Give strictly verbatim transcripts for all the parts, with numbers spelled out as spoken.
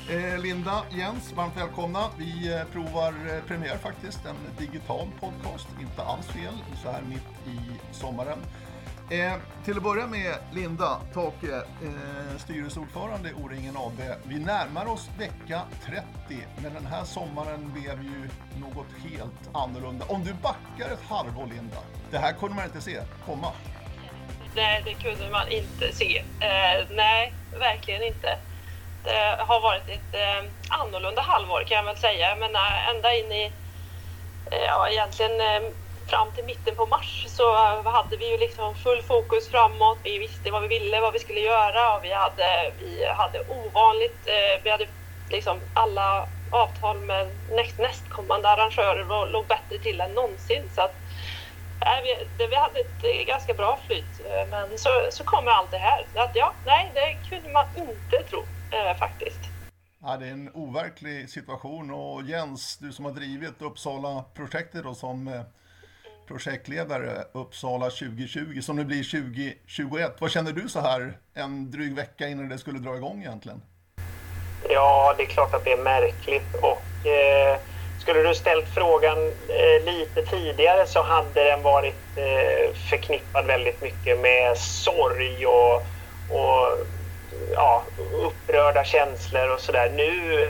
Eh, Linda, Jens, varmt välkomna. Vi eh, provar eh, premiär faktiskt, en digital podcast, inte alls fel, så här mitt i sommaren. Eh, till att börja med Linda Take, eh, styrelseordförande i O-ringen A B. Vi närmar oss vecka trettio, men den här sommaren blev ju något helt annorlunda. Om du backar ett halvår, Linda, det här kunde man inte se komma. Nej, det kunde man inte se. Eh, nej, verkligen inte. Det har varit ett eh, annorlunda halvår kan jag väl säga. Men äh, ända in i, eh, ja egentligen eh, fram till mitten på mars så äh, hade vi ju liksom full fokus framåt. Vi visste vad vi ville, vad vi skulle göra och vi hade, vi hade ovanligt, eh, vi hade liksom alla avtal med näst, nästkommande arrangörer och låg bättre till än någonsin. Så att äh, vi, det, vi hade ett ganska bra flyt, men så, så kommer allt det här. Så att, ja, nej, det kunde man inte tro. Eh, faktiskt. Ja, det är en overklig situation och Jens, du som har drivit Uppsala-projektet då, som eh, projektledare Uppsala tjugo tjugo som nu blir tjugo tjugoett. Vad känner du så här en dryg vecka innan det skulle dra igång egentligen? Ja, det är klart att det är märkligt och eh, skulle du ställt frågan eh, lite tidigare så hade den varit eh, förknippad väldigt mycket med sorg och, och ja, upprörda känslor och sådär. Nu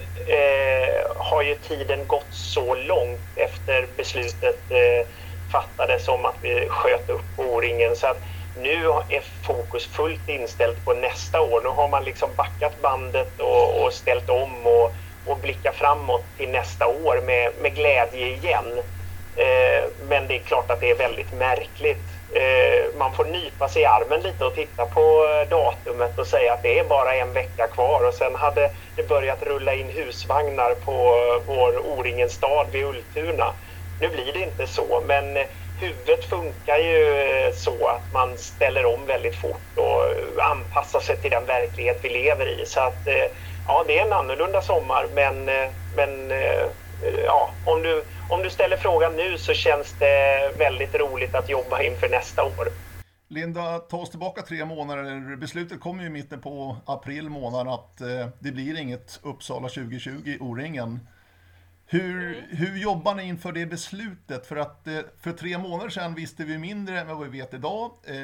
eh, har ju tiden gått så långt efter beslutet eh, fattades om att vi sköt upp O-ringen så att nu är fokus fullt inställt på nästa år. Nu har man liksom backat bandet och, och ställt om och, och blickat framåt till nästa år med, med glädje igen. Eh, men det är klart att det är väldigt märkligt. Man får nypa sig i armen lite och titta på datumet och säga att det är bara en vecka kvar och sen hade det börjat rulla in husvagnar på vår O-ringens stad vid Ultuna. Nu blir det inte så, men huvudet funkar ju så att man ställer om väldigt fort och anpassar sig till den verklighet vi lever i. Så att ja, det är en annorlunda sommar, men, men ja, om du Om du ställer frågan nu så känns det väldigt roligt att jobba inför nästa år. Linda, ta oss tillbaka tre månader. Beslutet kom ju i mitten på april månad att eh, det blir inget Uppsala tjugo tjugo i O-ringen. Hur, mm. hur jobbar ni inför det beslutet? För att eh, för tre månader sedan visste vi mindre än vad vi vet idag. Eh,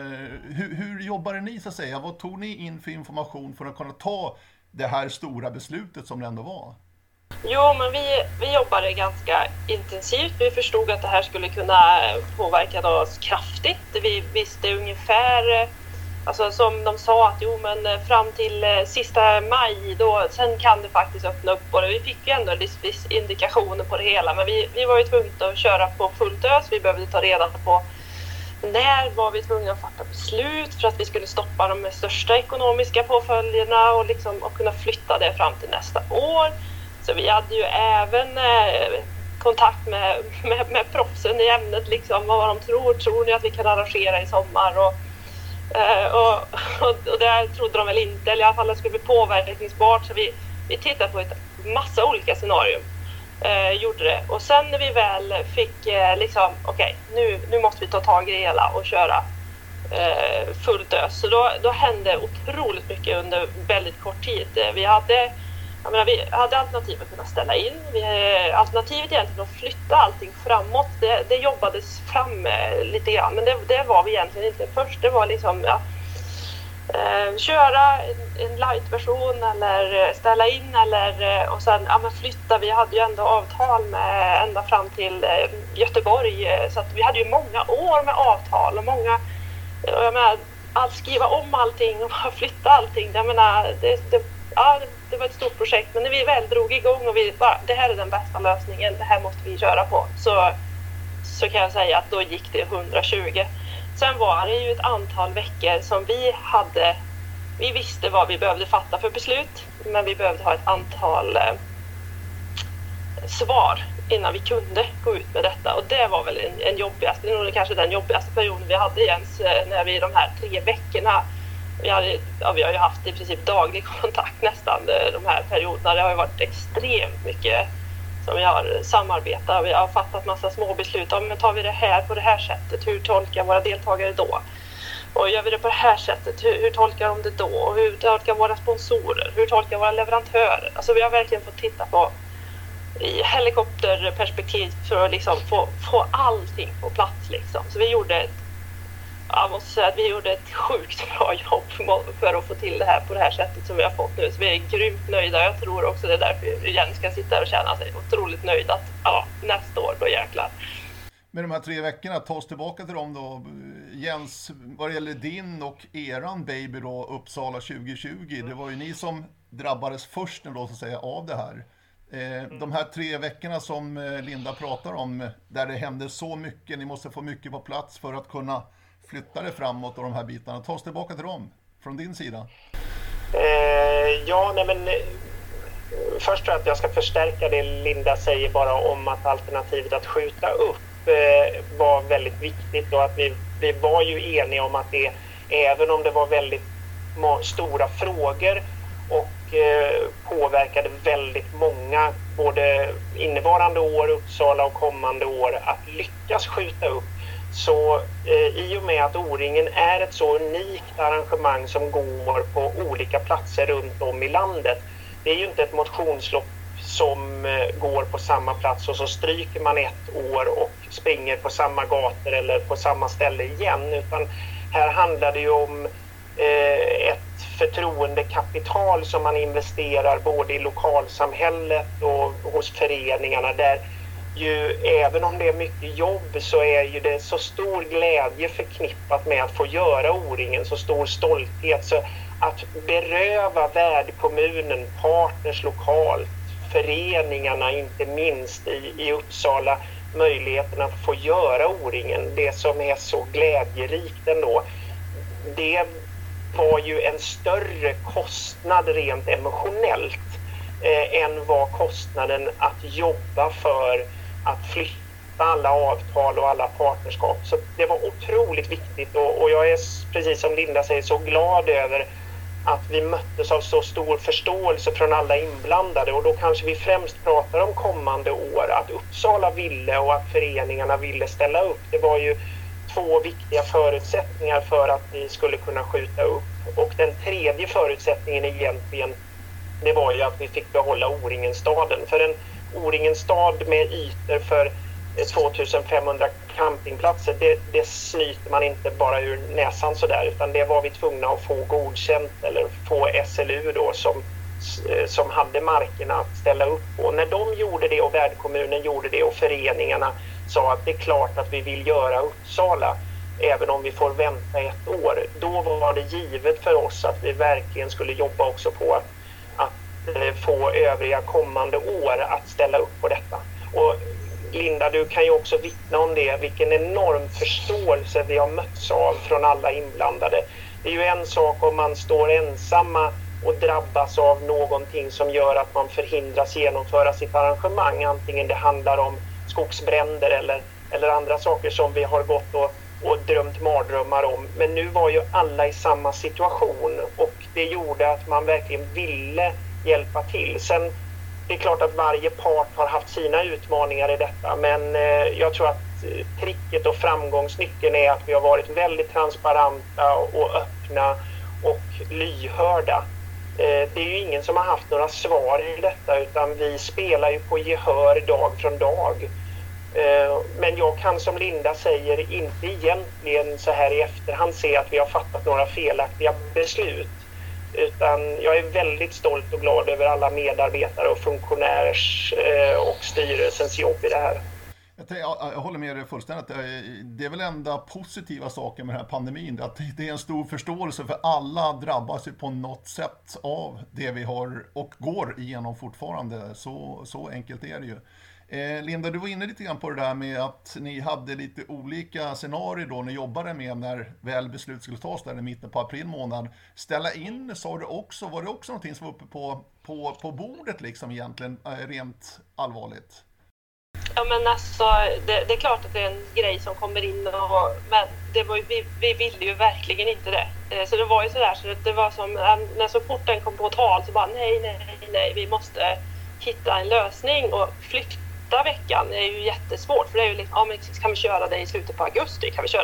hur, hur jobbade ni så att säga? Vad tog ni in för information för att kunna ta det här stora beslutet som det ändå var? Jo, men vi, vi jobbade ganska intensivt. Vi förstod att det här skulle kunna påverka oss kraftigt. Vi visste ungefär, alltså som de sa att jo men fram till sista maj då, sen kan det faktiskt öppna upp. Och vi fick ju ändå viss indikationer på det hela. Men vi, vi var ju tvungna att köra på fullt ös. Vi behövde ta reda på när var vi tvungna att fatta beslut för att vi skulle stoppa de största ekonomiska påföljerna och, liksom, och kunna flytta det fram till nästa år. Så vi hade ju även eh, kontakt med, med, med proffsen i ämnet, liksom, vad de tror. Tror ni att vi kan arrangera i sommar? Och, eh, och, och, och det trodde de väl inte, eller i alla fall det skulle bli påverkningsbart. Så vi, vi tittade på ett massa olika scenarier. Eh, gjorde det. Och sen när vi väl fick, eh, liksom, okej, okay, nu, nu måste vi ta tag i det hela och köra eh, fullt ös. Så då, då hände otroligt mycket under väldigt kort tid. Vi hade... Jag menar, vi hade alternativ att kunna ställa in. Vi, alternativet egentligen att flytta allting framåt. Det, det jobbades fram lite grann. Men det, det var vi egentligen inte först. Det var liksom ja, eh, köra en, en light-version eller ställa in. Eller, och sen ja, men flytta. Vi hade ju ändå avtal med ända fram till eh, Göteborg. Så att vi hade ju många år med avtal. Och många, jag menar, att skriva om allting och flytta allting. Jag menar, det, det, ja, det, det var ett stort projekt, men när vi väl drog igång och vi bara, det här är den bästa lösningen, det här måste vi köra på, så, så kan jag säga att då gick det hundratjugo. Sen var det ju ett antal veckor som vi hade, vi visste vad vi behövde fatta för beslut, men vi behövde ha ett antal eh, svar innan vi kunde gå ut med detta, och det var väl en, en jobbigaste, det är nog kanske den jobbigaste perioden vi hade Jens, när vi de här tre veckorna. Vi, hade, ja, vi har ju haft i princip daglig kontakt nästan de här perioderna. Det har ju varit extremt mycket som vi har samarbetat. Vi har fattat massa små beslut. Ja, men tar vi det här på det här sättet? Hur tolkar våra deltagare då? Och gör vi det på det här sättet, hur, hur tolkar de det då? Och hur tolkar våra sponsorer? Hur tolkar våra leverantörer? Alltså vi har verkligen fått titta på i helikopterperspektiv för att liksom få, få allting på plats liksom. Så vi gjorde ett, jag måste säga att vi gjorde ett sjukt bra jobb för att få till det här på det här sättet som vi har fått nu. Så vi är grymt nöjda. Jag tror också det är därför Jens ska sitta och känna sig otroligt nöjd att ja, nästa år då jäklar. Med de här tre veckorna, ta oss tillbaka till dem då. Jens, vad det gäller din och eran baby då, Uppsala tjugo tjugo. Det var ju ni som drabbades först då, så att säga, av det här. Eh, de här tre veckorna som Linda pratar om, där det hände så mycket, ni måste få mycket på plats för att kunna flytta det framåt och de här bitarna. Ta oss tillbaka till dem, från din sida. Eh, ja, nej men först tror jag att jag ska förstärka det Linda säger bara om att alternativet att skjuta upp eh, var väldigt viktigt, och att vi, vi var ju eniga om att det, även om det var väldigt må- stora frågor och eh, påverkade väldigt många både innevarande år, Uppsala och kommande år, att lyckas skjuta upp. Så eh, i och med att O-ringen är ett så unikt arrangemang som går på olika platser runt om i landet. Det är ju inte ett motionslopp som eh, går på samma plats och så stryker man ett år och springer på samma gator eller på samma ställe igen. Utan här handlar det ju om eh, ett förtroendekapital som man investerar både i lokalsamhället och hos föreningarna, där ju, även om det är mycket jobb, så är ju det så stor glädje förknippat med att få göra O-ringen, så stor stolthet. Så att beröva värdkommunen, partners lokalt, föreningarna inte minst i, i Uppsala möjligheten att få göra O-ringen, det som är så glädjerikt ändå, det var ju en större kostnad rent emotionellt eh, än vad kostnaden att jobba för att flytta alla avtal och alla partnerskap. Så det var otroligt viktigt, och, och jag är, precis som Linda säger, så glad över att vi möttes av så stor förståelse från alla inblandade. Och då kanske vi främst pratar om kommande år, att Uppsala ville och att föreningarna ville ställa upp. Det var ju två viktiga förutsättningar för att vi skulle kunna skjuta upp. Och den tredje förutsättningen egentligen, det var ju att vi fick behålla O-ringen-staden. För en O-ringen-stad med ytor för tvåtusenfemhundra campingplatser, det, det snyter man inte bara ur näsan sådär, utan det var vi tvungna att få godkänt eller få S L U då som, som hade markerna att ställa upp på. När de gjorde det och värdkommunen gjorde det och föreningarna sa att det är klart att vi vill göra Uppsala även om vi får vänta ett år, då var det givet för oss att vi verkligen skulle jobba också på att, att få övriga kommande år att ställa upp på detta. Och Linda, du kan ju också vittna om det, vilken enorm förståelse vi har mötts av från alla inblandade. Det är ju en sak om man står ensamma och drabbas av någonting som gör att man förhindras genomföra sitt arrangemang, antingen det handlar om skogsbränder eller, eller andra saker som vi har gått och, och drömt mardrömmar om. Men nu var ju alla i samma situation, och det gjorde att man verkligen ville hjälpa till. Sen det är klart att varje part har haft sina utmaningar i detta, men eh, jag tror att eh, tricket och framgångsnyckeln är att vi har varit väldigt transparenta och öppna och lyhörda. Eh, det är ju ingen som har haft några svar i detta, utan vi spelar ju på gehör dag från dag. Eh, men jag kan, som Linda säger, inte egentligen så här i efterhand se att vi har fattat några felaktiga beslut. Utan jag är väldigt stolt och glad över alla medarbetare och funktionärers eh, och styrelsens jobb i det här. Jag, tänker, jag, jag håller med dig fullständigt. Det är väl enda positiva saken med den här pandemin, att det är en stor förståelse för alla drabbas på något sätt av det vi har och går igenom fortfarande. Så, så enkelt är det ju. Eh, Linda, du var inne lite grann på det där med att ni hade lite olika scenarier då ni jobbade med när väl beslut skulle tas där i mitten på april månad. Ställa in, sa du också, var det också någonting som var uppe på, på, på bordet liksom egentligen, eh, rent allvarligt? Ja, men alltså, det, det är klart att det är en grej som kommer in, och, men det var ju, vi, vi ville ju verkligen inte det. Eh, så det var ju sådär, så det var som, när så fort den kom på tal så bara nej, nej, nej, vi måste hitta en lösning, och flytta veckan är ju jättesvårt, för det är ju liksom, ja, men kan vi köra det i slutet på augusti, kan vi köra det?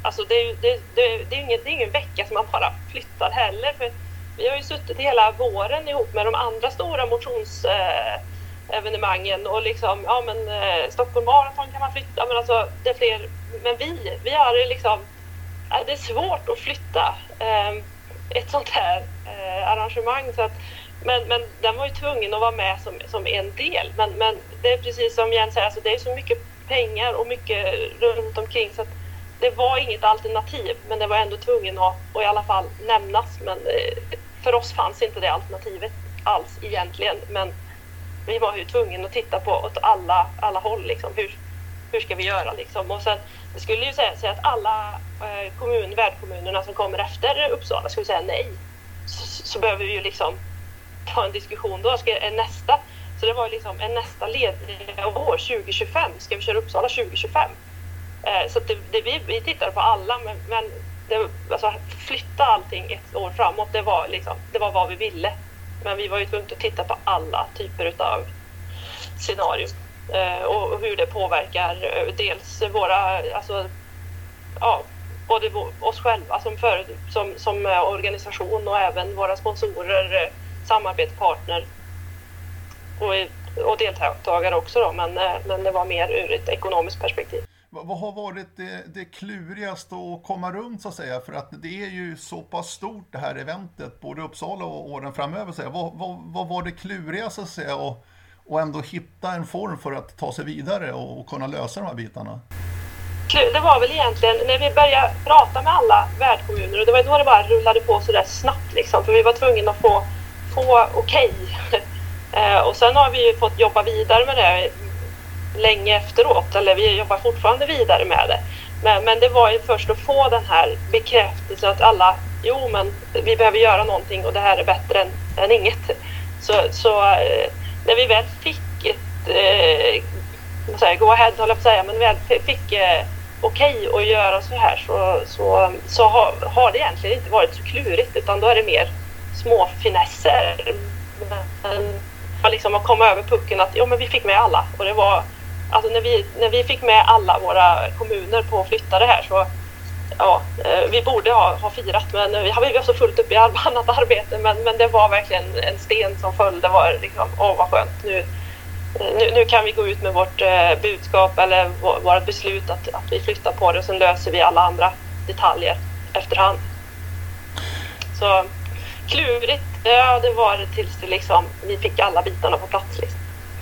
Alltså det är ju det, det, det är ingen, det är ingen vecka som man bara flyttar heller. För vi har ju suttit hela våren ihop med de andra stora motionsevenemangen. Eh, och liksom, ja men eh, Stockholm Marathon kan man flytta. Men alltså det är fler. Men vi, vi har det liksom, eh, det är svårt att flytta eh, ett sånt här eh, arrangemang. Så att, men, men den var ju tvungen att vara med som, som en del. Men, men det är precis som Jens säger, alltså det är så mycket pengar och mycket runt omkring så att det var inget alternativ, men det var ändå tvungen att, att i alla fall nämnas. Men eh, för oss fanns inte det alternativet alls egentligen, men vi var ju tvungna att titta på åt alla, alla håll liksom. hur, hur ska vi göra liksom. Och sen, det skulle ju säga, säga att alla eh, kommun, värdkommunerna som kommer efter Uppsala skulle säga nej, så, så behöver vi ju liksom ta en diskussion då, ska, är nästa. Så det var liksom en nästa lediga år, tjugo tjugofem, ska vi köra Uppsala tjugo tjugofem. Eh, så det, det, vi, vi tittade på alla, men, men det, alltså, flytta allting ett år framåt, det var, liksom, det var vad vi ville. Men vi var ju tvungna att titta på alla typer av scenarier eh, och, och hur det påverkar eh, dels våra, alltså, ja, både oss själva som, för, som, som organisation och även våra sponsorer, eh, samarbetspartner och, och deltagare också då, men, men det var mer ur ett ekonomiskt perspektiv. Vad har varit det, det klurigaste att komma runt så att säga? För att det är ju så pass stort det här eventet, både Uppsala och åren framöver. Så vad, vad, vad var det klurigaste att säga och, och ändå hitta en form för att ta sig vidare och, och kunna lösa de här bitarna? Det var väl egentligen när vi började prata med alla värdkommuner, och det var då det bara rullade på så där snabbt liksom, för vi var tvungna att få, få okej. Okay. Och sen har vi ju fått jobba vidare med det länge efteråt, eller vi jobbar fortfarande vidare med det. Men, men det var ju först att få den här bekräftelsen att alla, jo men vi behöver göra någonting och det här är bättre än, än inget. Så, så eh, när vi väl fick ett, eh, säga, go ahead håller jag på att säga, men väl fick eh, okej okay att göra så här så, så, så har, har det egentligen inte varit så klurigt, utan då är det mer små finesser. Men liksom att komma över pucken att jo, men vi fick med alla, och det var alltså när vi, när vi fick med alla våra kommuner på att flytta det här så ja, vi borde ha, ha firat, men vi var så fullt upp i annat arbete, men, men det var verkligen en sten som föll. Det var liksom, åh vad skönt, nu, nu, nu kan vi gå ut med vårt eh, budskap eller vårt beslut att, att vi flyttar på det, och sen löser vi alla andra detaljer efterhand. Så klurigt, ja det var det tills det liksom, vi fick alla bitarna på plats liksom.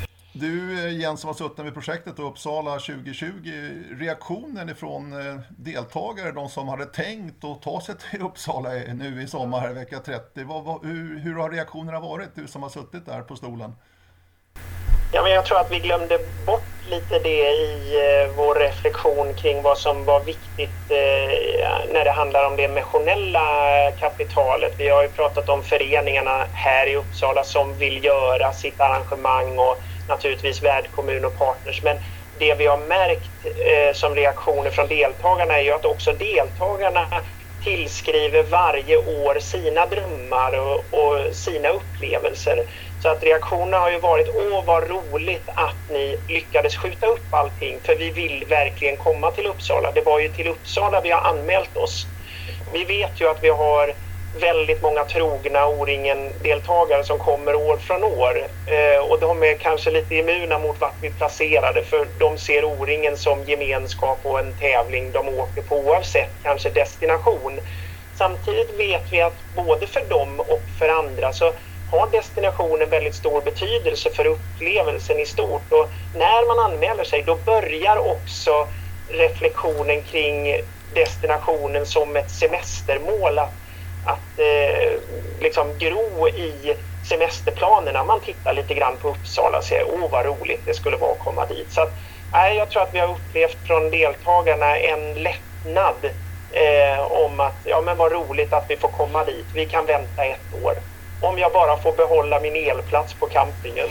Du Jens som har suttit med projektet och Uppsala tjugo tjugo, reaktionen ifrån deltagare, de som hade tänkt att ta sig till Uppsala nu i sommar, vecka trettio, vad, vad, hur, hur har reaktionerna varit, du som har suttit där på stolen? Ja, men jag tror att vi glömde bort lite det i eh, vår reflektion kring vad som var viktigt eh, när det handlar om det emotionella kapitalet. Vi har ju pratat om föreningarna här i Uppsala som vill göra sitt arrangemang och naturligtvis värdkommun och partners. Men det vi har märkt eh, som reaktioner från deltagarna är ju att också deltagarna tillskriver varje år sina drömmar och, och sina upplevelser. Så att reaktionerna har ju varit, åh vad roligt att ni lyckades skjuta upp allting, för vi vill verkligen komma till Uppsala. Det var ju till Uppsala vi har anmält oss. Vi vet ju att vi har väldigt många trogna O-ringen-deltagare som kommer år från år. Eh, och de är kanske lite immuna mot vart vi placerade, för de ser O-ringen som gemenskap och en tävling de åker på oavsett kanske destination. Samtidigt vet vi att både för dem och för andra så har destinationen väldigt stor betydelse för upplevelsen i stort. Och när man anmäler sig då börjar också reflektionen kring destinationen som ett semestermål att, att eh, liksom gro i semesterplanerna. Man tittar lite grann på Uppsala och säger, åh vad roligt det skulle vara att komma dit. Så att, nej, jag tror att vi har upplevt från deltagarna en lättnad eh, om att ja, men vad roligt att vi får komma dit. Vi kan vänta ett år. Om jag bara får behålla min elplats på campingen.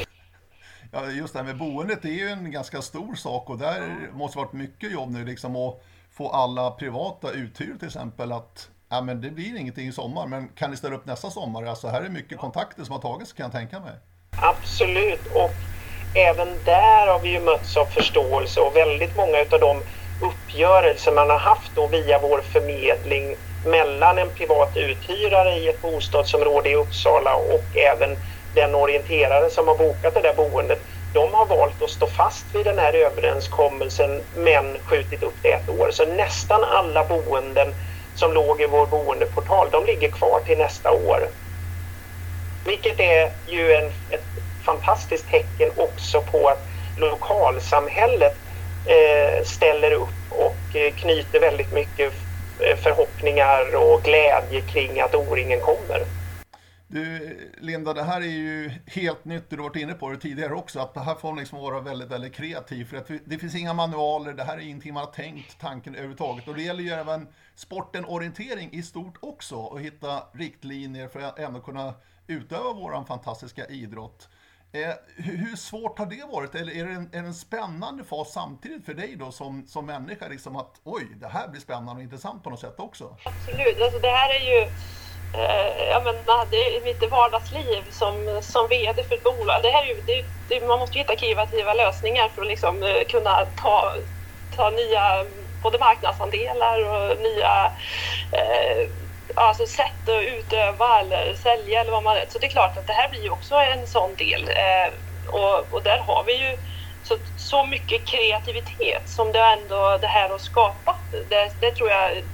Ja, just det här med boendet är ju en ganska stor sak, och där måste varit mycket jobb nu liksom att få alla privata uthyr till exempel att ja, men det blir ingenting i sommar, men kan ni ställa upp nästa sommar? Alltså här är mycket kontakter som har tagits, kan jag tänka mig. Absolut, och även där har vi ju mötts av förståelse, och väldigt många av de uppgörelser man har haft då via vår förmedling mellan en privat uthyrare i ett bostadsområde i Uppsala och även den orienterare som har bokat det där boendet. De har valt att stå fast vid den här överenskommelsen men skjutit upp det ett år. Så nästan alla boenden som låg i vår boendeportal, de ligger kvar till nästa år. Vilket är ju en, ett fantastiskt tecken också på att lokalsamhället eh, ställer upp och eh, knyter väldigt mycket förhoppningar och glädje kring att O-ringen kommer. Du, Linda, det här är ju helt nytt, du har varit inne på det tidigare också, att det här får liksom vara väldigt, väldigt kreativ, för att det finns inga manualer, det här är ingenting man har tänkt tanken överhuvudtaget, och det gäller ju även sporten orientering i stort också, och hitta riktlinjer för att ändå kunna utöva våran fantastiska idrott. Eh, hur svårt har det varit, eller är det en, är det en spännande fas samtidigt för dig då som, som människa, liksom att oj, det här blir spännande och intressant på något sätt också? Absolut, alltså det här är ju eh, jag menar, det är mitt vardagsliv som, som vd för ett bolag. Det här är ju, det, det, man måste hitta kreativa lösningar för att liksom, eh, kunna ta, ta nya både marknadsandelar och nya eh, alltså sätt att utöva eller sälja eller vad man är. Så det är klart att det här blir ju också en sån del. Eh, och, och där har vi ju så, så mycket kreativitet som det ändå det här har skapat. Det, det tror jag,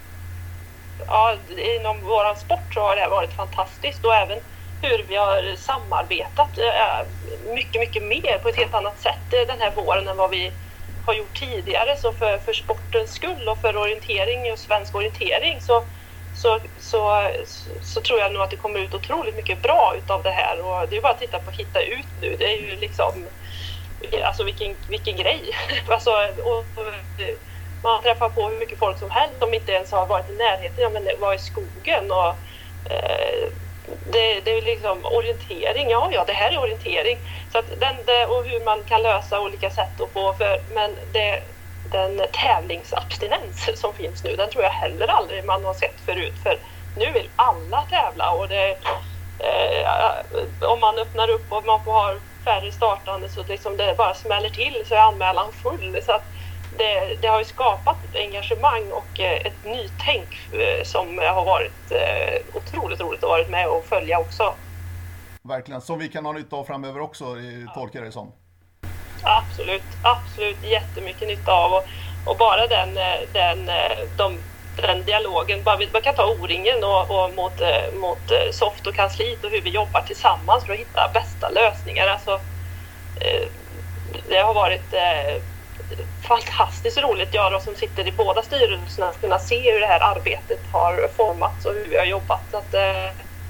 ja, inom våran sport så har det varit fantastiskt, och även hur vi har samarbetat eh, mycket, mycket mer på ett helt annat sätt den här våren än vad vi har gjort tidigare. Så för, för sportens skull och för orientering och svensk orientering så Så, så, så tror jag nog att det kommer ut otroligt mycket bra utav det här, och det är bara att titta på att hitta ut nu. Det är ju liksom, alltså vilken, vilken grej. Alltså, och, och, man träffar på hur mycket folk som helst som inte ens har varit i närheten. Ja, men var i skogen och eh, det, det är liksom orientering. Ja, ja, det här är orientering. Så att den, det, och hur man kan lösa olika sätt och på, för, men det den tävlingsabstinens som finns nu, den tror jag heller aldrig man har sett förut, för nu vill alla tävla, och det, eh, om man öppnar upp och man får ha färre startande så liksom det bara smäller till så är anmälan full, så att det, det har ju skapat ett engagemang och ett nytänk som har varit eh, otroligt roligt att vara med och följa också. Verkligen, som vi kan ha nytta av framöver också, tolkar jag det som. Absolut, absolut jättemycket nytta av, och, och bara den, den, de, den dialogen, bara vi, man kan ta O-ringen och, och mot, mot Soft och kansliet och hur vi jobbar tillsammans för att hitta bästa lösningar. Alltså, eh, det har varit eh, fantastiskt roligt, jag då, som sitter i båda styrelserna, att kunna se hur det här arbetet har formats och hur vi har jobbat. Så att, eh,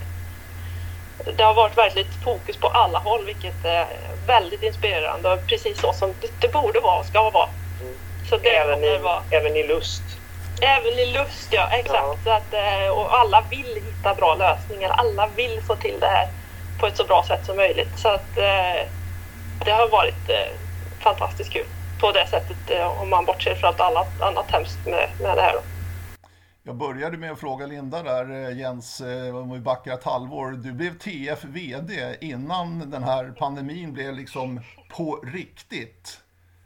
det har varit väldigt fokus på alla håll, vilket är väldigt inspirerande och precis så som det, det borde vara och ska vara. Så det även, i, vara. även i lust. Även i lust, ja, exakt. Ja. Så att, och alla vill hitta bra lösningar. Alla vill få till det här på ett så bra sätt som möjligt. Så att det har varit fantastiskt kul på det sättet, om man bortser från allt annat, annat hemskt med, med det här då. Jag började med att fråga Linda där, Jens, om vi backar ett halvår. Du blev T F vd innan den här pandemin blev liksom på riktigt.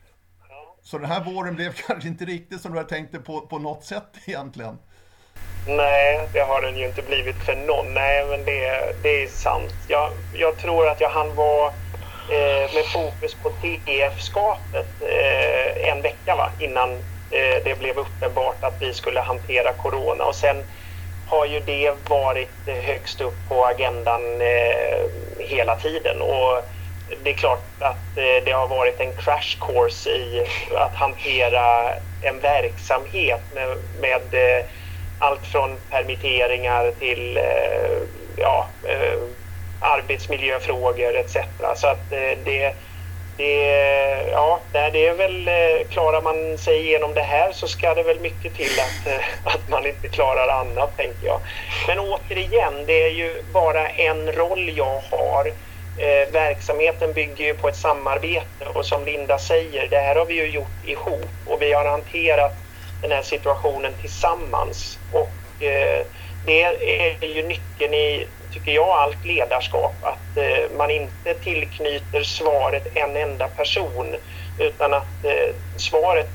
Så den här våren blev kanske inte riktigt som du hade tänkt på, på något sätt egentligen. Nej, det har den ju inte blivit för någon. Nej, men det, det är sant. Jag, jag tror att jag hann vara eh, med fokus på T F-skapet eh, en vecka va, innan det blev uppenbart att vi skulle hantera corona, och sen har ju det varit högst upp på agendan eh, hela tiden, och det är klart att eh, det har varit en crash course i att hantera en verksamhet med, med eh, allt från permitteringar till eh, ja, eh, arbetsmiljöfrågor et cetera. Så att eh, det Det, ja, det är väl, klarar man sig igenom det här så ska det väl mycket till att, att man inte klarar annat, tänker jag. Men återigen, det är ju bara en roll jag har. Eh, verksamheten bygger ju på ett samarbete, och som Linda säger, det här har vi ju gjort ihop och vi har hanterat den här situationen tillsammans. Och eh, det är ju nyckeln i, tycker jag, allt ledarskap, att eh, man inte tillknyter svaret en enda person, utan att eh, svaret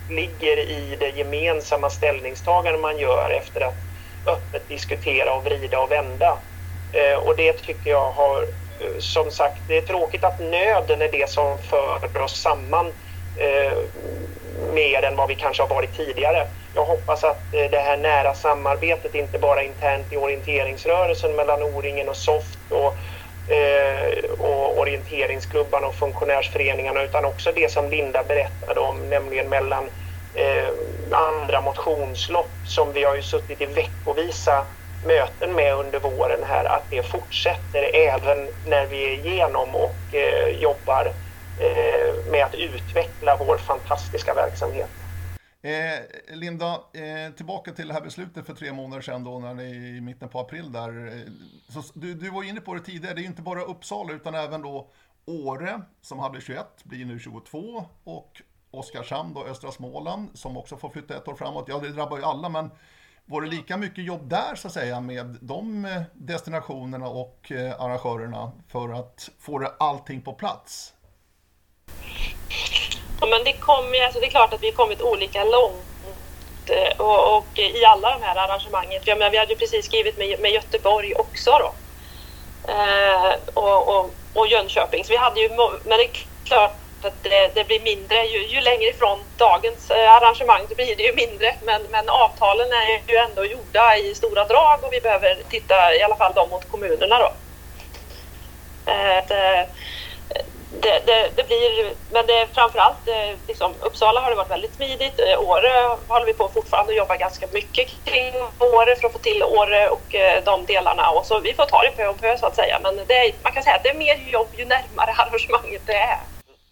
ligger i det gemensamma ställningstagande man gör efter att öppet diskutera och vrida och vända. Och det tycker jag har, som sagt, det är tråkigt att nöden är det som för oss samman mer än vad vi kanske har varit tidigare. Jag hoppas att det här nära samarbetet inte bara internt i orienteringsrörelsen mellan O-ringen och SOFT och, eh, och orienteringsklubbarna och funktionärsföreningarna, utan också det som Linda berättade om, nämligen mellan eh, andra motionslopp som vi har ju suttit i veckovisa möten med under våren här, att det fortsätter även när vi är igenom och eh, jobbar eh, med att utveckla vår fantastiska verksamhet. Eh, Linda, eh, tillbaka till det här beslutet för tre månader sedan då, när ni i mitten på april där. Eh, så, du, du var inne på det tidigare, det är ju inte bara Uppsala utan även då Åre som hade tjugoett, blir nu tjugotvå, och Oskarshamn och Östra Småland som också får flytta ett år framåt. Ja, det drabbar ju alla, men var det lika mycket jobb där så att säga med de destinationerna och eh, arrangörerna för att få det allting på plats? Ja, men det, kom, alltså det är klart att vi har kommit olika långt och, och i alla de här arrangemangen. Jag menar, vi hade ju precis skrivit med, med Göteborg också då. Eh, och, och, och Jönköping. Så vi hade ju, men det är klart att det, det blir mindre. Ju, ju längre ifrån dagens eh, arrangemang så blir det ju mindre. Men, men avtalen är ju ändå gjorda i stora drag och vi behöver titta i alla fall dem mot kommunerna då. Eh, det, Det, det, det blir, men det är framförallt liksom, Uppsala har det varit väldigt smidigt. Åre håller vi på fortfarande att jobba ganska mycket kring Åre för att få till Åre och de delarna. Och så vi får ta det på och på så att säga. Men det är, man kan säga att det är mer jobb ju närmare arrangemanget det är.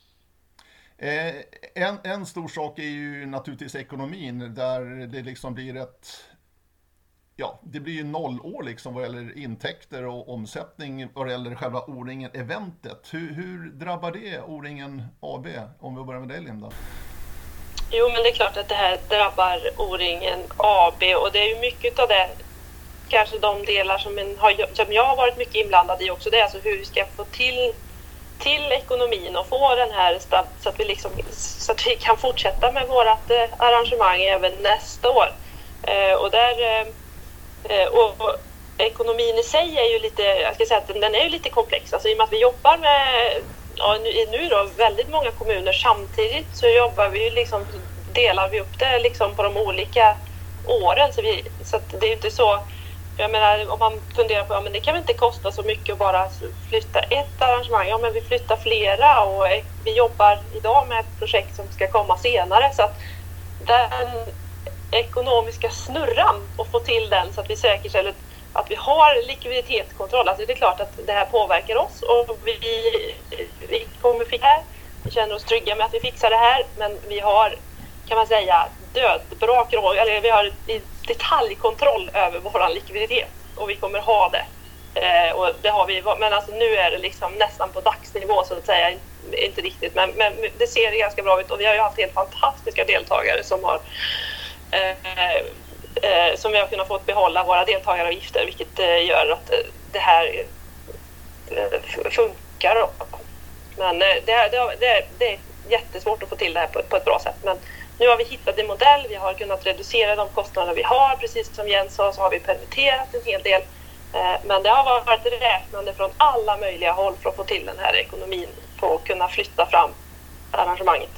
Eh, en, en stor sak är ju naturligtvis ekonomin, där det liksom blir ett... Ja, det blir ju nollår liksom vad gäller intäkter och omsättning vad gäller själva O-ringen-eventet. Hur, hur drabbar det O-ringen A B? Om vi börjar med dig, Linda. Jo, men det är klart att det här drabbar O-ringen A B och det är ju mycket av det, kanske de delar som, en har, som jag har varit mycket inblandad i också. Det är alltså hur vi ska få till, till ekonomin och få den här så att vi, liksom, så att vi kan fortsätta med vårt arrangemang även nästa år. Eh, och där... Och, och ekonomin i sig är ju lite, jag ska säga att den är ju lite komplex. Alltså i och med att vi jobbar med, ja, nu, nu då, väldigt många kommuner samtidigt så jobbar vi ju liksom, delar vi upp det liksom på de olika åren. Så, vi, så att det är ju inte så, jag menar om man funderar på, ja men det kan väl inte kosta så mycket att bara flytta ett arrangemang. Ja men vi flyttar flera och vi jobbar idag med ett projekt som ska komma senare. Så att den ekonomiska snurran och få till den så att vi säkerställer att vi har likviditetskontroll. Alltså det är klart att det här påverkar oss och vi, vi kommer fixa det här. Vi känner oss trygga med att vi fixar det här, men vi har, kan man säga, dödbrak, eller vi har detaljkontroll över vår likviditet och vi kommer ha det. Eh, och det har vi, men alltså nu är det liksom nästan på dagsnivå så att säga, inte riktigt, men, men det ser ganska bra ut och vi har ju haft helt fantastiska deltagare som har Eh, eh, som vi har kunnat få behålla våra deltagaravgifter, vilket eh, gör att eh, det här eh, funkar då. Men eh, det, det, det, det är jättesvårt att få till det här på, på ett bra sätt, men nu har vi hittat en modell, vi har kunnat reducera de kostnader vi har, precis som Jens sa så har vi permitterat en hel del, eh, men det har varit räknande från alla möjliga håll för att få till den här ekonomin på att kunna flytta fram arrangemanget.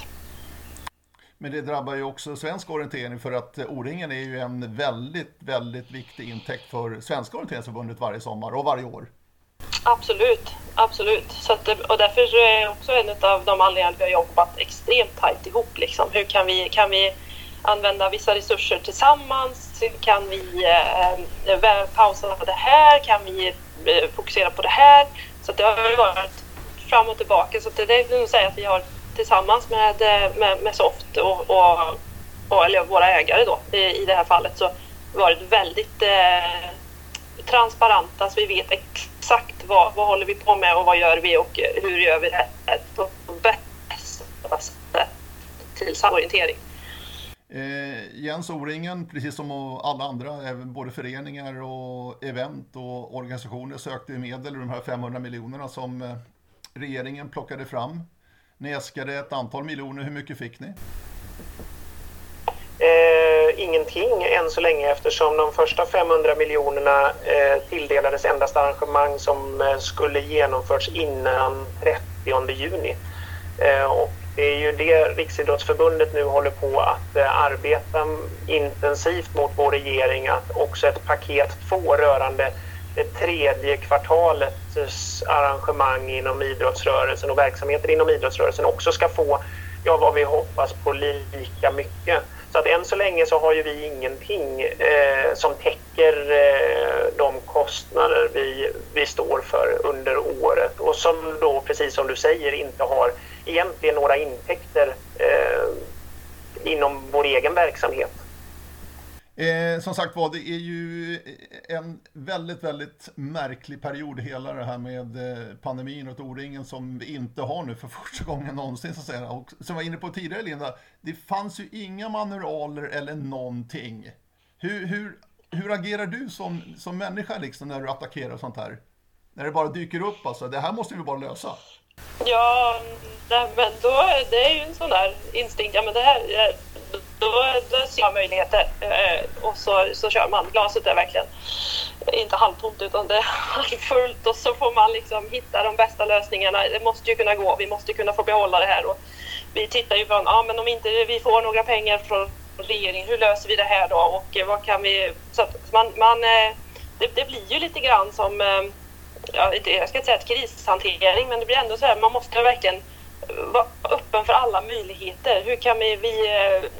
Men det drabbar ju också svensk orientering, för att O-ringen är ju en väldigt, väldigt viktig intäkt för Svenska orienteringsförbundet varje sommar och varje år. Absolut, absolut. Så att, och därför är det också en av de anledningar vi har jobbat extremt tajt ihop. Liksom. Hur kan vi, kan vi använda vissa resurser tillsammans? Kan vi eh, pausa det här? Kan vi eh, fokusera på det här? Så att det har varit fram och tillbaka. Så att det är nog säga att vi har tillsammans med, med, med SOFT och, och, och eller våra ägare då, i, i det här fallet så varit väldigt eh, transparenta, så vi vet exakt vad, vad håller vi på med och vad gör vi och hur gör vi det här på bästa sätt till samorientering. Eh, Jens, O-ringen, precis som alla andra, både föreningar och event och organisationer sökte medel ur de här femhundra miljonerna som regeringen plockade fram. Ni äskade ett antal miljoner, hur mycket fick ni? ingenting än så länge eftersom de första femhundra miljonerna eh, tilldelades endast arrangemang som eh, skulle genomförts innan trettionde juni. Eh, och det är ju det Riksidrottsförbundet nu håller på att eh, arbeta intensivt mot vår regering, att också ett paket två rörande det tredje kvartalets arrangemang inom idrottsrörelsen och verksamheter inom idrottsrörelsen också ska få, ja, vad vi hoppas på, lika mycket. Så att än så länge så har ju vi ingenting eh, som täcker eh, de kostnader vi, vi står för under året och som då, precis som du säger, inte har egentligen några intäkter eh, inom vår egen verksamhet. Eh, som sagt var, det är ju en väldigt, väldigt märklig period hela det här med eh, pandemin och O-ringen som vi inte har nu för första gången någonsin, så att säga. Och som jag var inne på tidigare, Linda, det fanns ju inga manualer eller någonting. Hur, hur, hur agerar du som, som människa liksom när du attackerar sånt här? När det bara dyker upp, alltså, det här måste vi bara lösa. Ja, nej, men då, det är ju en sån där instinkt, ja men det här... Då, då ser man möjligheter eh, och så, så kör man. Glaset är verkligen inte halvtomt utan det är halvfullt och så får man liksom hitta de bästa lösningarna. Det måste ju kunna gå, vi måste kunna få behålla det här. Och vi tittar ju från, ja men om inte vi får några pengar från regeringen, hur löser vi det här då? Och eh, vad kan vi... Så att man, man, eh, det, det blir ju lite grann som, eh, ja, jag ska inte säga ett krishantering, men det blir ändå så här, man måste verkligen vara öppen för alla möjligheter. Hur kan vi... vi eh,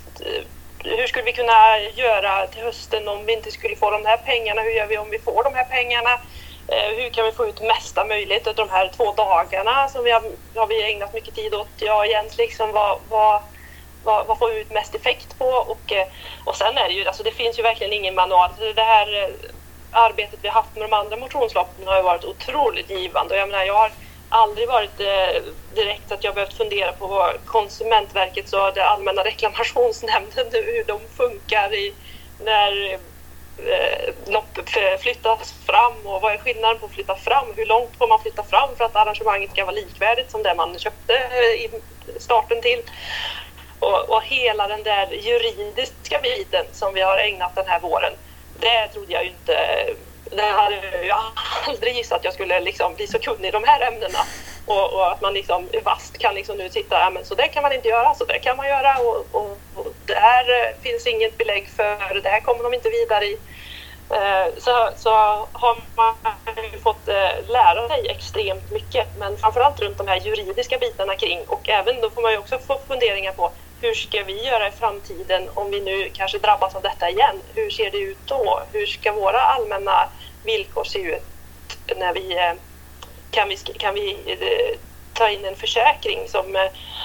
hur skulle vi kunna göra till hösten om vi inte skulle få de här pengarna? Hur gör vi om vi får de här pengarna? Eh, hur kan vi få ut mesta möjligt av de här två dagarna som vi har, har vi ägnat mycket tid åt? Ja, Jens, liksom, vad, vad, vad, vad får vi ut mest effekt på? Och, eh, och sen är det ju, alltså det finns ju verkligen ingen manual. Det här eh, arbetet vi har haft med de andra motionsloppen har ju varit otroligt givande. Och jag menar, jag har aldrig varit eh, direkt att jag behövt fundera på vad Konsumentverket och det allmänna reklamationsnämnden, hur de funkar i, när eh, lopp flyttas fram och vad är skillnaden på att flytta fram, hur långt får man flytta fram för att arrangemanget ska vara likvärdigt som det man köpte i starten till. Och, och hela den där juridiska biten som vi har ägnat den här våren, det trodde jag ju inte... Det hade jag aldrig gissat att jag skulle liksom bli så kunnig i de här ämnena. Och, och att man liksom vast kan liksom nu sitta, ja, men så det kan man inte göra, så det kan man göra. Och, och, och det här finns inget belägg för, det här kommer de inte vidare i. Så, så har man ju fått lära sig extremt mycket. Men framförallt runt de här juridiska bitarna kring. Och även då får man ju också få funderingar på hur ska vi göra i framtiden om vi nu kanske drabbas av detta igen? Hur ser det ut då? Hur ska våra allmänna villkor se ut när vi kan vi, kan vi ta in en försäkring som,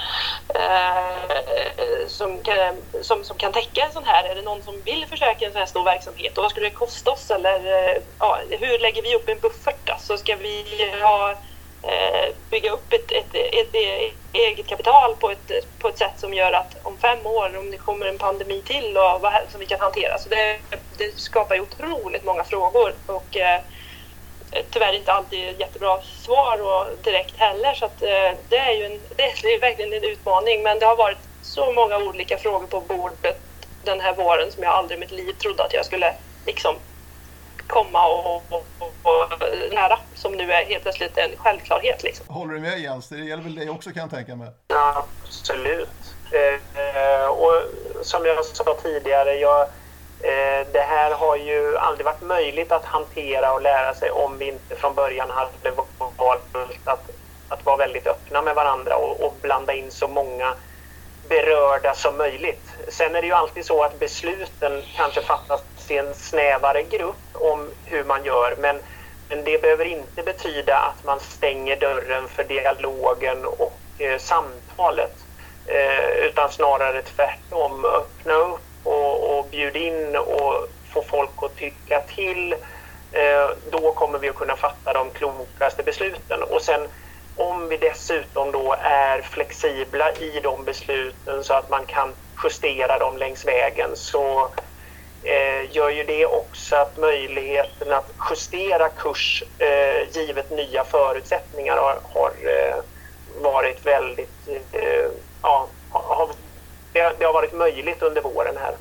eh, som, kan, som, som kan täcka en sån här? Är det någon som vill försäkra en sån här stor verksamhet? Och vad skulle det kosta oss? Eller ja, hur lägger vi upp en buffert då? Så ska vi ha bygga upp ett, ett, ett, ett eget kapital på ett, på ett sätt som gör att om fem år, om det kommer en pandemi till och vad som vi kan hantera. Så det, det skapar ju otroligt många frågor och eh, tyvärr inte alltid jättebra svar och direkt heller. Så att, eh, det är ju en, det är verkligen en utmaning, men det har varit så många olika frågor på bordet den här våren som jag aldrig i mitt liv trodde att jag skulle liksom komma och, och, och, och nära, som nu är helt plötsligt en självklarhet. Liksom. Håller du med, Jens? Det gäller väl dig också, kan jag tänka mig? Ja, absolut. Eh, och som jag sa tidigare, jag, eh, det här har ju aldrig varit möjligt att hantera och lära sig om vi inte från början hade valt att, att vara väldigt öppna med varandra och, och blanda in så många berörda som möjligt. Sen är det ju alltid så att besluten kanske fattas i en snävare grupp om hur man gör, men, men det behöver inte betyda att man stänger dörren för dialogen och eh, samtalet, eh, utan snarare tvärtom, öppna upp och, och bjuda in och få folk att tycka till. Eh, då kommer vi att kunna fatta de klokaste besluten. Och sen om vi dessutom då är flexibla i de besluten så att man kan justera dem längs vägen, så eh, gör ju det också att möjligheten att justera kurs eh, givet nya förutsättningar har, har eh, varit väldigt eh, ja, har, det, det har varit möjligt under våren här. Så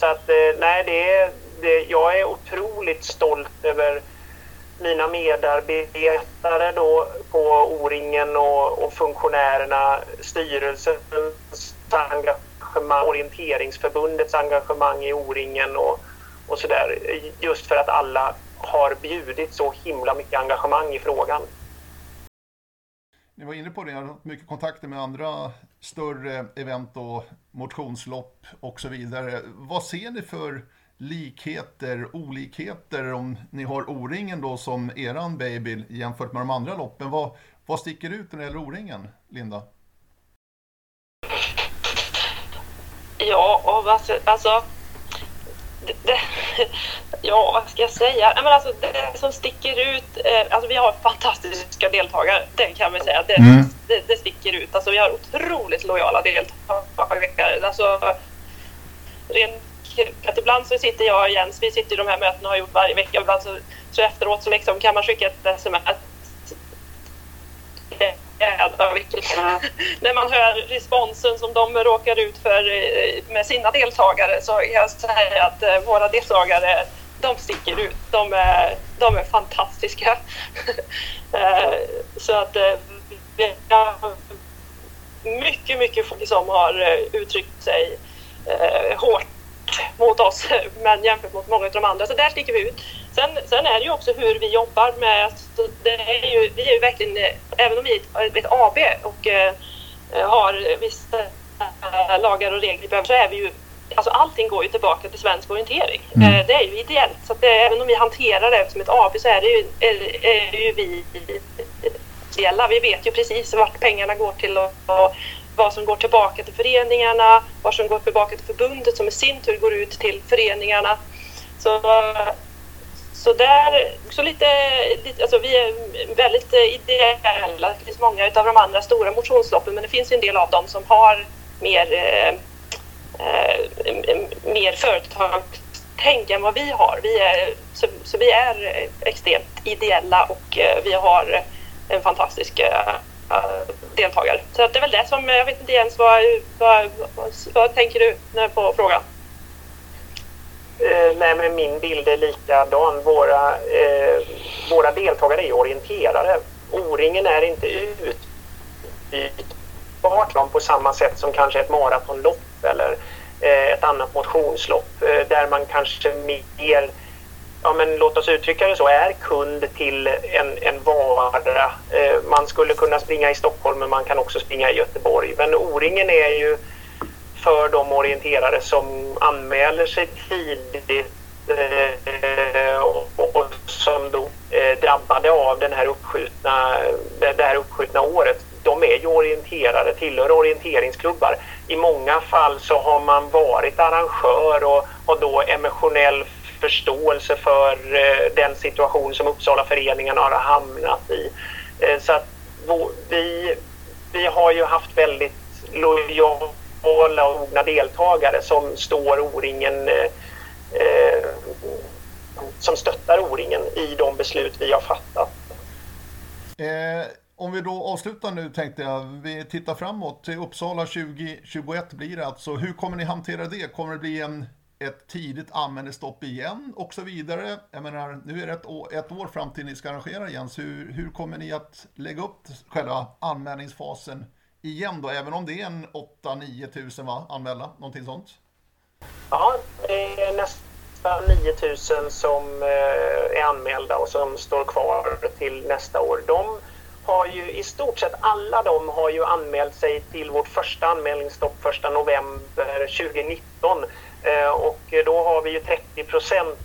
Så att nej, det är, det, jag är otroligt stolt över mina medarbetare då på O-ringen och, och funktionärerna, styrelsens engagemang, orienteringsförbundets engagemang i O-ringen och, och sådär. Just för att alla har bjudit så himla mycket engagemang i frågan. Ni var inne på det, jag har haft mycket kontakter med andra större event och motionslopp och så vidare. Vad ser ni för likheter, olikheter om ni har O-ringen då som eran baby jämfört med de andra loppen? Vad, vad sticker ut när det gäller O-ringen, Linda? Ja, och alltså, alltså det, det, ja, vad ska jag säga? Men alltså, det som sticker ut, eh, alltså vi har fantastiska deltagare, det kan vi säga. Det, mm. det, det sticker ut. Alltså vi har otroligt lojala deltagare. Alltså, rent att ibland så sitter jag och Jens, vi sitter i de här mötena och har gjort varje vecka. Ibland så, så efteråt så liksom kan man skicka ett sms. När man hör responsen som de råkar ut för med sina deltagare, så kan jag säga att våra deltagare, de sticker ut. De är, de är fantastiska. Så att vi har mycket, mycket folk som har uttryckt sig hårt mot oss, men jämfört mot många av de andra, så där sticker vi ut. Sen, sen är det ju också hur vi jobbar med, det är ju, vi är ju verkligen, även om vi är ett A B och eh, har vissa äh, lagar och regler, så är vi ju, alltså allting går ju tillbaka till svensk orientering. Mm. Eh, det är ju ideellt, så att det, även om vi hanterar det som ett A B, så är det ju, är, är ju vi ideella. Vi vet ju precis vart pengarna går till och, och vad som går tillbaka till föreningarna, vad som går tillbaka till förbundet som i sin tur går ut till föreningarna. Så, så där, så lite, lite alltså vi är väldigt ideella. Det finns många av de andra stora motionsloppen, men det finns en del av dem som har mer, eh, eh, mer företagstänk än vad vi har. Vi är, så, så vi är extremt ideella och eh, vi har en fantastisk eh, deltagare. Så det är väl det som, jag vet inte ens vad, vad, vad, vad tänker du på frågan? Eh, nej, men min bild är likadan. Våra, eh, våra deltagare är orienterare. O-ringen är inte utbytbart på samma sätt som kanske ett maratonlopp eller eh, ett annat motionslopp eh, där man kanske mer, ja men låt oss uttrycka det så, är kund till en, en vara. Eh, man skulle kunna springa i Stockholm, men man kan också springa i Göteborg. Men O-ringen är ju för de orienterare som anmäler sig tidigt eh, och, och som då eh, drabbade av den här uppskjutna, det här uppskjutna året. De är ju orienterare, tillhör orienteringsklubbar. I många fall så har man varit arrangör och har då emotionell förståelse för eh, den situation som Uppsalaföreningen har hamnat i. Eh, så att vi, vi har ju haft väldigt lojala och mogna deltagare som står O-ringen, eh, som stöttar O-ringen i de beslut vi har fattat. Eh, om vi då avslutar nu, tänkte jag, vi tittar framåt till Uppsala tjugo tjugoett blir det alltså. Hur kommer ni hantera det? Kommer det bli en ett tidigt anmälningsstopp igen och så vidare? Jag menar, nu är det ett år, ett år fram till ni ska arrangera igen. Så hur, hur kommer ni att lägga upp själva anmälningsfasen igen då? Även om det är en åtta till nio tusen va? Anmälda, någonting sånt? Ja, det är nästan nio tusen som är anmälda och som står kvar till nästa år. De har ju i stort sett alla de har ju anmält sig till vårt första anmälningsstopp första november tjugonitton. Och då har vi ju trettio procent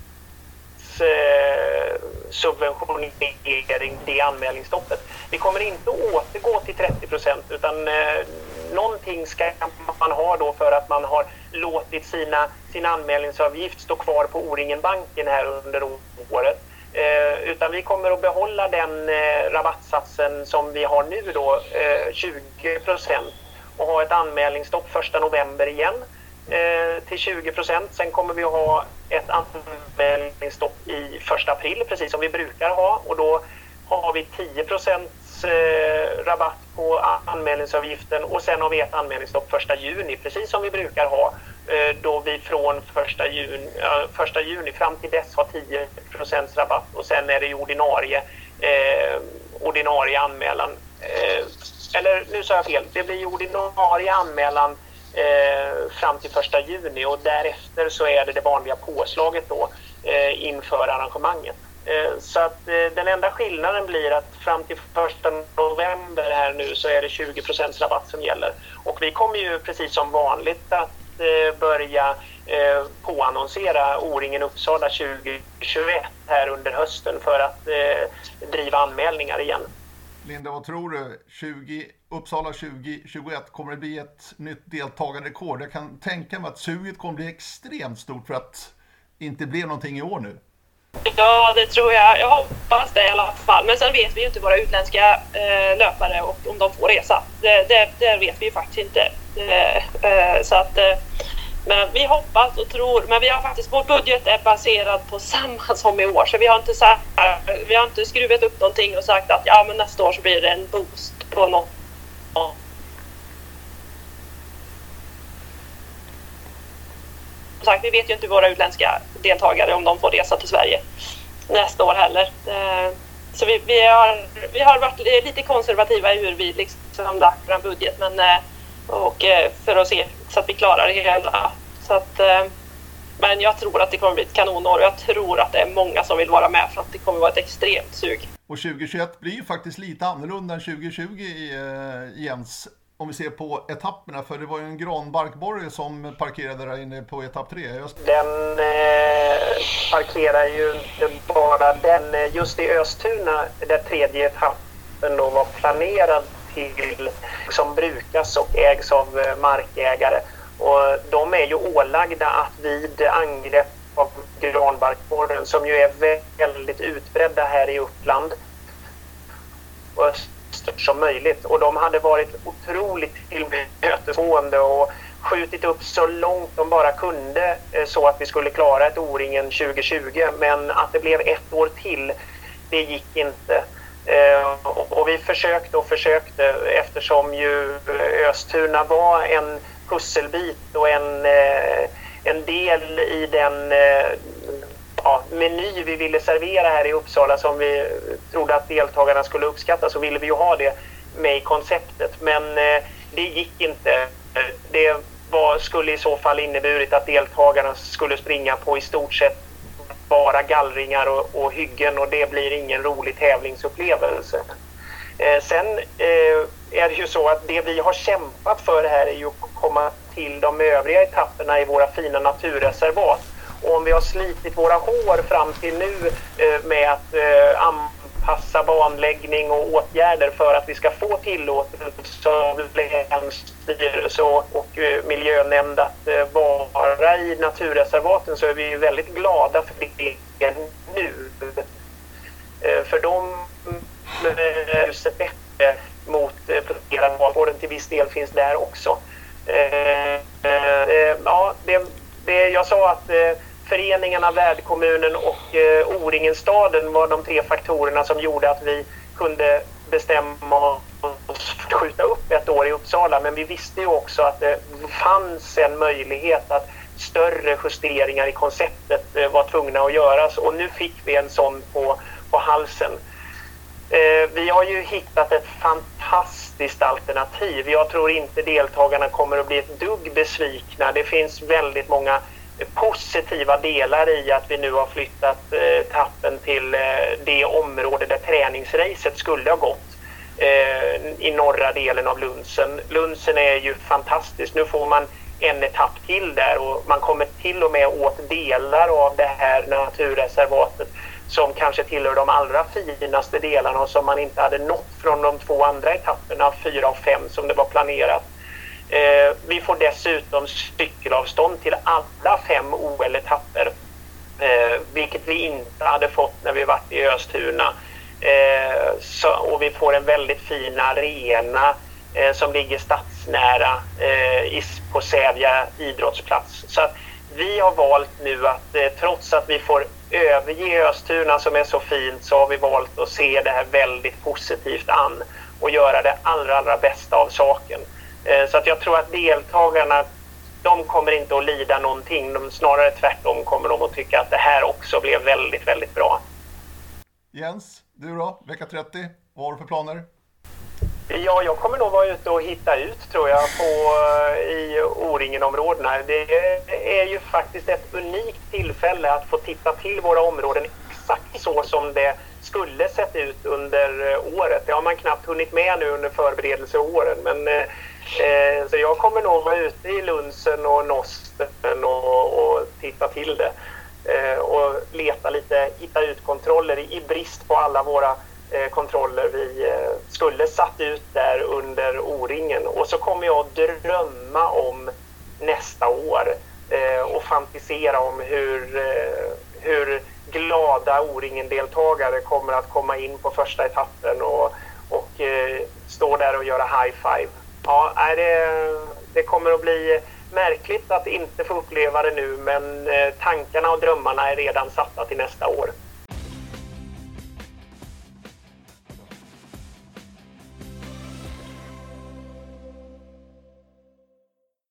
subventionering det anmälningsstoppet. Vi kommer inte att återgå till trettio procent utan eh, någonting ska man ha då för att man har låtit sina, sin anmälningsavgift stå kvar på O-ringen-banken här under året. Eh, utan vi kommer att behålla den eh, rabattsatsen som vi har nu då, eh, tjugo procent, och ha ett anmälningsstopp första november igen eh, till tjugo procent. Sen kommer vi att ha ett anmälningsstopp i första april precis som vi brukar ha, och då har vi tio procent eh, rabatt på anmälningsavgiften, och sen har vi ett anmälningsstopp första juni precis som vi brukar ha. då vi från första juni, första juni fram till dess har tio procent rabatt och sen är det ordinarie, eh, ordinarie anmälan. Eh, eller nu sa jag fel, det blir ordinarie anmälan eh, fram till första juni och därefter så är det det vanliga påslaget då eh, inför arrangemanget. Eh, så att eh, den enda skillnaden blir att fram till första november här nu så är det tjugo procent rabatt som gäller. Och vi kommer ju precis som vanligt att eh, börja eh, påannonsera O-ringen Uppsala tjugo tjugoett här under hösten för att eh, driva anmälningar igen. Linda, vad tror du? tjugo, Uppsala tjugo tjugoett, kommer det bli ett nytt deltagarrekord? Jag kan tänka mig att suget kommer bli extremt stort för att inte bli någonting i år nu. Ja, det tror jag. Jag hoppas det i alla fall. Men sen vet vi ju inte våra utländska eh, löpare och om de får resa. Det, det, det vet vi ju faktiskt inte. Eh, eh, så att, eh, men vi hoppas och tror. Men vi har faktiskt, vår budget är baserad på samma som i år. Så vi har inte, så här, vi har inte skruvat upp någonting och sagt att ja, men nästa år så blir det en boost på något. Ja. Sagt, vi vet ju inte våra utländska deltagare om de får resa till Sverige nästa år heller. Så vi, vi, har, vi har varit lite konservativa i hur vi liksom lagt vår budget, men, och för att se så att vi klarar det hela. Så att, men jag tror att det kommer bli ett kanonår och jag tror att det är många som vill vara med för att det kommer vara ett extremt sug. Och tjugo tjugoett blir ju faktiskt lite annorlunda än tjugo tjugo, Jens. Om vi ser på etapperna, för det var ju en granbarkborre som parkerade där inne på etapp tre. Just. Den eh, parkerar ju bara den just i Östuna, där tredje etappen då var planerad till, som brukas och ägs av markägare. Och de är ju ålagda att vid angrepp av granbarkborren, som ju är väldigt utbredda här i Uppland och som möjligt, och de hade varit otroligt tillmötesgående och skjutit upp så långt de bara kunde så att vi skulle klara ett O-ringen tjugo tjugo, men att det blev ett år till, det gick inte. Och vi försökte och försökte eftersom ju Östuna var en pusselbit och en, en del i den Ja, meny vi ville servera här i Uppsala som vi trodde att deltagarna skulle uppskatta, så ville vi ju ha det med i konceptet, men eh, det gick inte. Det var, skulle i så fall inneburit att deltagarna skulle springa på i stort sett bara gallringar och, och hyggen, och det blir ingen rolig tävlingsupplevelse. Eh, sen eh, är det ju så att det vi har kämpat för här är ju att komma till de övriga etapperna i våra fina naturreservat. Och om vi har slitit våra hår fram till nu eh, med att eh, anpassa banläggning och åtgärder för att vi ska få tillåtelse av länsstyrelse och, och eh, miljönämnd att eh, vara i naturreservaten, så är vi väldigt glada för det nu. Eh, för de är just ett bättre mot eh, planterad valgården till viss del finns där också. Eh, eh, ja, det, det, jag sa att eh, föreningarna, värdkommunen och eh, O-ringen-staden var de tre faktorerna som gjorde att vi kunde bestämma oss för att skjuta upp ett år i Uppsala. Men vi visste ju också att det fanns en möjlighet att större justeringar i konceptet eh, var tvungna att göras. Och nu fick vi en sån på, på halsen. Eh, vi har ju hittat ett fantastiskt alternativ. Jag tror inte deltagarna kommer att bli ett dugg besvikna. Det finns väldigt många positiva delar i att vi nu har flyttat eh, tappen till eh, det område där träningsracet skulle ha gått eh, i norra delen av Lundsen. Lundsen är ju fantastiskt. Nu får man en etapp till där och man kommer till och med åt delar av det här naturreservatet som kanske tillhör de allra finaste delarna och som man inte hade nått från de två andra etapperna, fyra och fem, som det var planerat. Eh, vi får dessutom cykelavstånd till alla fem O L-etapper, eh, vilket vi inte hade fått när vi varit i Östuna. Eh, så, och vi får en väldigt fin arena eh, som ligger stadsnära eh, i, på Sävja idrottsplats. Så att vi har valt nu att eh, trots att vi får överge Östuna som är så fint, så har vi valt att se det här väldigt positivt an och göra det allra, allra bästa av saken. Så att jag tror att deltagarna, de de kommer inte att lida någonting. De, snarare tvärtom kommer de att tycka att det här också blev väldigt, väldigt bra. Jens, du då? Vecka trettio, vad har du för planer? Ja, jag kommer nog vara ute och hitta ut, tror jag, på, i O-ringen-områdena. Det är ju faktiskt ett unikt tillfälle att få titta till våra områden exakt så som det skulle sett ut under året. Det har man knappt hunnit med nu under förberedelseåren, men eh, så jag kommer nog vara ute i Lunsen och Nosten och, och titta till det. Eh, och leta lite, hitta ut kontroller i, i brist på alla våra kontroller vi skulle satt ut där under O-ringen. Och så kommer jag att drömma om nästa år och fantisera om hur, hur glada O-ringen-deltagare kommer att komma in på första etappen och, och stå där och göra high five. Ja, det, det kommer att bli märkligt att inte få uppleva det nu, men tankarna och drömmarna är redan satta till nästa år.